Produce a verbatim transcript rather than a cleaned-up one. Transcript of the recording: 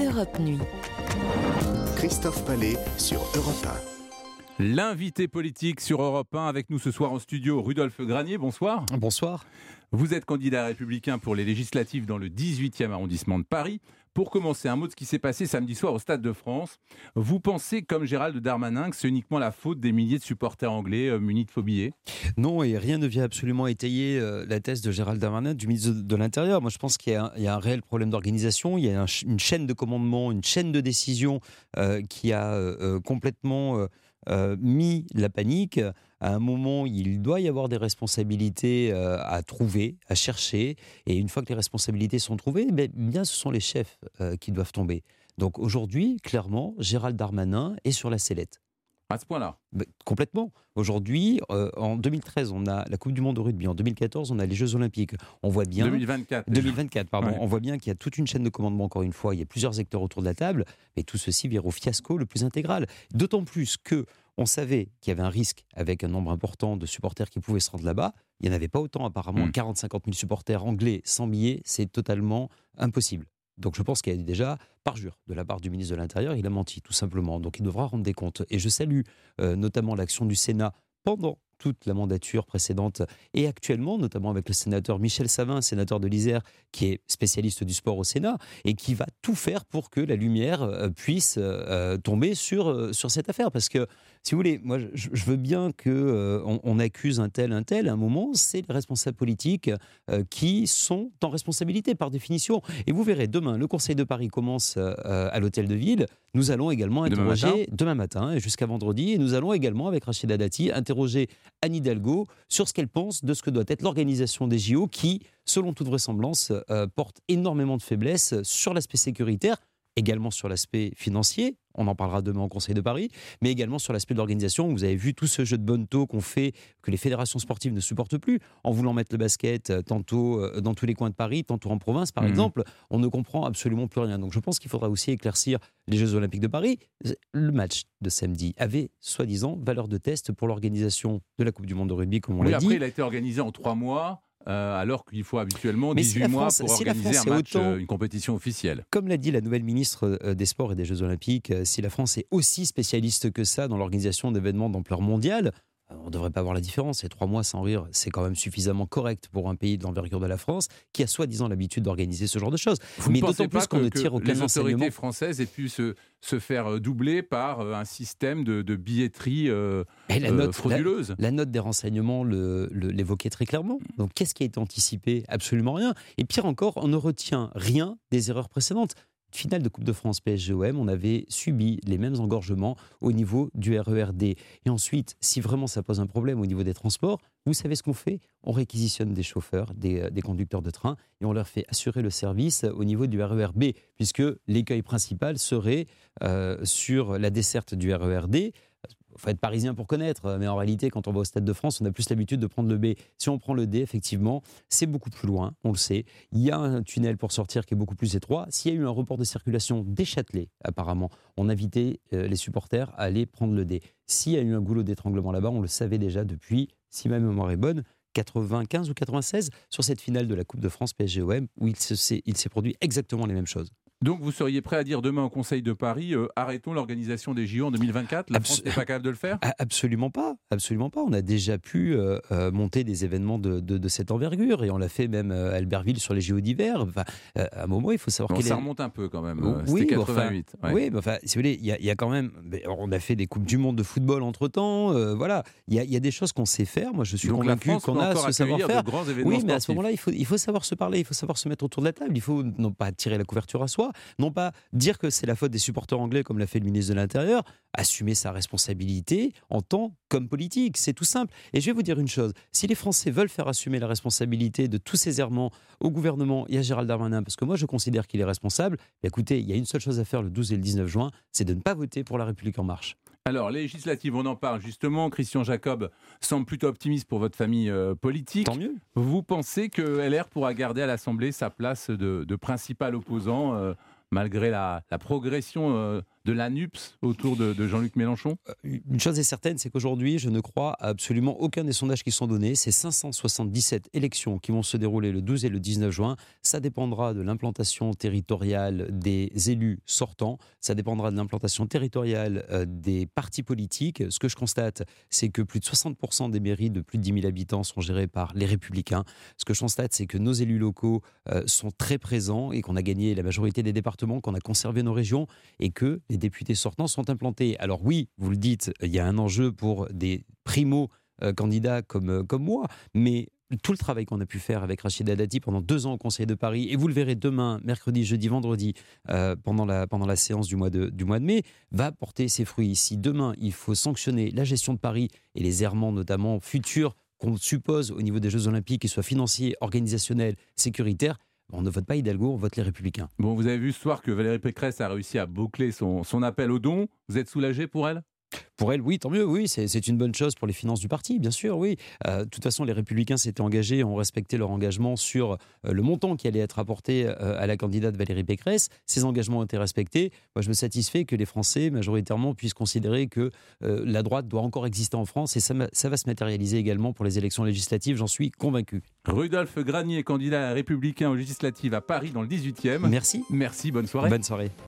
Europe Nuit. Christophe Palais sur Europe un. L'invité politique sur Europe un avec nous ce soir en studio, Rudolf Granier, bonsoir. Bonsoir. Vous êtes candidat républicain pour les législatives dans le dix-huitième arrondissement de Paris. Pour commencer, un mot de ce qui s'est passé samedi soir au Stade de France. Vous pensez, comme Gérald Darmanin, que c'est uniquement la faute des milliers de supporters anglais euh, munis de faux billets ? Non, et rien ne vient absolument étayer euh, la thèse de Gérald Darmanin, du ministre de, de l'Intérieur. Moi, je pense qu'il y a un, il y a un réel problème d'organisation. Il y a un, une chaîne de commandement, une chaîne de décision euh, qui a euh, complètement euh, euh, mis la panique. À un moment, il doit y avoir des responsabilités euh, à trouver, à chercher. Et une fois que les responsabilités sont trouvées, eh bien, ce sont les chefs euh, qui doivent tomber. Donc aujourd'hui, clairement, Gérald Darmanin est sur la sellette. À ce point-là ? Ben, complètement. Aujourd'hui, euh, en deux mille treize, on a la Coupe du Monde de rugby. En deux mille quatorze, on a les Jeux Olympiques. On voit bien. deux mille vingt-quatre. deux mille vingt-quatre, pardon. Ouais. On voit bien qu'il y a toute une chaîne de commandement, encore une fois. Il y a plusieurs acteurs autour de la table. Mais tout ceci vire au fiasco le plus intégral. D'autant plus que on savait qu'il y avait un risque avec un nombre important de supporters qui pouvaient se rendre là-bas. Il n'y en avait pas autant, apparemment. Mmh. quarante à cinquante mille supporters anglais sans billets, c'est totalement impossible. Donc je pense qu'il y a déjà parjure de la part du ministre de l'Intérieur. Il a menti, tout simplement. Donc il devra rendre des comptes. Et je salue euh, notamment l'action du Sénat pendant toute la mandature précédente et actuellement, notamment avec le sénateur Michel Savin, sénateur de l'Isère, qui est spécialiste du sport au Sénat et qui va tout faire pour que la lumière euh, puisse euh, tomber sur, euh, sur cette affaire. Parce que, si vous voulez, moi, je, je veux bien qu'on euh, on accuse un tel, un tel. À un moment, c'est les responsables politiques euh, qui sont en responsabilité, par définition. Et vous verrez, demain, le Conseil de Paris commence euh, à l'Hôtel de Ville. Nous allons également interroger, demain matin, demain matin et jusqu'à vendredi, et nous allons également, avec Rachida Dati, interroger Anne Hidalgo sur ce qu'elle pense de ce que doit être l'organisation des J O qui, selon toute vraisemblance, euh, porte énormément de faiblesses sur l'aspect sécuritaire, également sur l'aspect financier, on en parlera demain au Conseil de Paris, mais également sur l'aspect de l'organisation. Vous avez vu tout ce jeu de bonneteau qu'on fait, que les fédérations sportives ne supportent plus, en voulant mettre le basket tantôt dans tous les coins de Paris, tantôt en province par mmh. exemple, on ne comprend absolument plus rien. Donc je pense qu'il faudra aussi éclaircir les Jeux Olympiques de Paris. Le match de samedi avait, soi-disant, valeur de test pour l'organisation de la Coupe du Monde de rugby, comme on oui, l'a après, dit. Il a été organisé en trois mois. Euh, alors qu'il faut habituellement Mais dix-huit si mois France, pour si organiser un match, autant, euh, une compétition officielle. Comme l'a dit la nouvelle ministre des Sports et des Jeux Olympiques, si la France est aussi spécialiste que ça dans l'organisation d'événements d'ampleur mondiale, on ne devrait pas voir la différence. Et trois mois sans rire, c'est quand même suffisamment correct pour un pays de l'envergure de la France qui a soi-disant l'habitude d'organiser ce genre de choses. Vous Mais ne d'autant pensez plus pas qu'on que, ne tire que aucun les enseignement. autorités françaises aient pu se, se faire doubler par un système de, de billetterie euh, la note, euh, frauduleuse. La, la note des renseignements le, le, l'évoquait très clairement. Donc qu'est-ce qui a été anticipé ? Absolument rien. Et pire encore, on ne retient rien des erreurs précédentes. Finale de Coupe de France P S G O M, on avait subi les mêmes engorgements au niveau du R E R D. Et ensuite, si vraiment ça pose un problème au niveau des transports, vous savez ce qu'on fait ? On réquisitionne des chauffeurs, des, des conducteurs de train, et on leur fait assurer le service au niveau du R E R B, puisque l'écueil principal serait euh, sur la desserte du R E R D. Il faut être parisien pour connaître, mais en réalité, quand on va au Stade de France, on a plus l'habitude de prendre le B. Si on prend le D, effectivement, c'est beaucoup plus loin, on le sait. Il y a un tunnel pour sortir qui est beaucoup plus étroit. S'il y a eu un report de circulation des Châtelets, apparemment, on invitait euh, les supporters à aller prendre le D. S'il y a eu un goulot d'étranglement là-bas, on le savait déjà depuis, si ma mémoire est bonne, quatre-vingt-quinze ou quatre-vingt-seize, sur cette finale de la Coupe de France P S G O M, où il, se, il s'est produit exactement les mêmes choses. Donc vous seriez prêt à dire demain au Conseil de Paris, euh, arrêtons l'organisation des J O en deux mille vingt-quatre ? La Abs- France n'est pas capable de le faire ? Absolument pas, absolument pas. On a déjà pu euh, euh, monter des événements de, de, de cette envergure et on l'a fait même à Albertville sur les J O d'hiver. Enfin, euh, à un moment, il faut savoir bon, quel ça est... remonte un peu quand même. Euh, C'était oui, quatre-vingt-huit. Enfin, ouais. Oui, mais enfin, si vous voulez, il y, y a quand même... On a fait des Coupes du Monde de football entre-temps. Euh, voilà, il y, y a des choses qu'on sait faire. Moi, je suis Donc convaincu qu'on a ce savoir-faire. Oui, mais à ce moment-là, il faut, il faut savoir se parler, il faut savoir se mettre autour de la table. Il faut non pas tirer la couverture à soi, non pas dire que c'est la faute des supporters anglais, comme l'a fait le ministre de l'Intérieur, assumer sa responsabilité en tant qu'homme politique. C'est tout simple. Et je vais vous dire une chose. Si les Français veulent faire assumer la responsabilité de tous ces errements au gouvernement et à Gérald Darmanin, parce que moi je considère qu'il est responsable, écoutez, il y a une seule chose à faire le douze et le dix-neuf juin, c'est de ne pas voter pour La République En Marche. Alors, législative, on en parle justement. Christian Jacob semble plutôt optimiste pour votre famille euh, politique. Tant mieux. Vous pensez que L R pourra garder à l'Assemblée sa place de, de principal opposant euh, malgré la, la progression euh, de la NUPS autour de, de Jean-Luc Mélenchon ? Une chose est certaine, c'est qu'aujourd'hui, je ne crois à absolument aucun des sondages qui sont donnés. Ces cinq cent soixante-dix-sept élections qui vont se dérouler le douze et le dix-neuf juin, ça dépendra de l'implantation territoriale des élus sortants, ça dépendra de l'implantation territoriale euh, des partis politiques. Ce que je constate, c'est que plus de soixante pour cent des mairies de plus de dix mille habitants sont gérées par les Républicains. Ce que je constate, c'est que nos élus locaux euh, sont très présents et qu'on a gagné la majorité des départements, qu'on a conservé nos régions et que les députés sortants sont implantés. Alors oui, vous le dites, il y a un enjeu pour des primo-candidats comme, comme moi, mais tout le travail qu'on a pu faire avec Rachida Dati pendant deux ans au Conseil de Paris, et vous le verrez demain, mercredi, jeudi, vendredi, euh, pendant, la, pendant la séance du mois, de, du mois de mai, va porter ses fruits. Si demain, il faut sanctionner la gestion de Paris et les errements notamment futurs qu'on suppose au niveau des Jeux Olympiques, qu'ils soient financiers, organisationnels, sécuritaires, on ne vote pas Hidalgo, on vote les Républicains. Bon, vous avez vu ce soir que Valérie Pécresse a réussi à boucler son, son appel aux dons. Vous êtes soulagé pour elle ? Pour elle, oui, tant mieux, oui, c'est, c'est une bonne chose pour les finances du parti, bien sûr, oui. Euh, de toute façon, les Républicains s'étaient engagés, ont respecté leur engagement sur euh, le montant qui allait être apporté euh, à la candidate Valérie Pécresse. Ces engagements ont été respectés. Moi, je me satisfais que les Français, majoritairement, puissent considérer que euh, la droite doit encore exister en France, et ça, ça va se matérialiser également pour les élections législatives, j'en suis convaincu. Rudolphe Granier, candidat républicain aux législatives à Paris dans le dix-huitième. Merci. Merci, bonne soirée. Bonne soirée.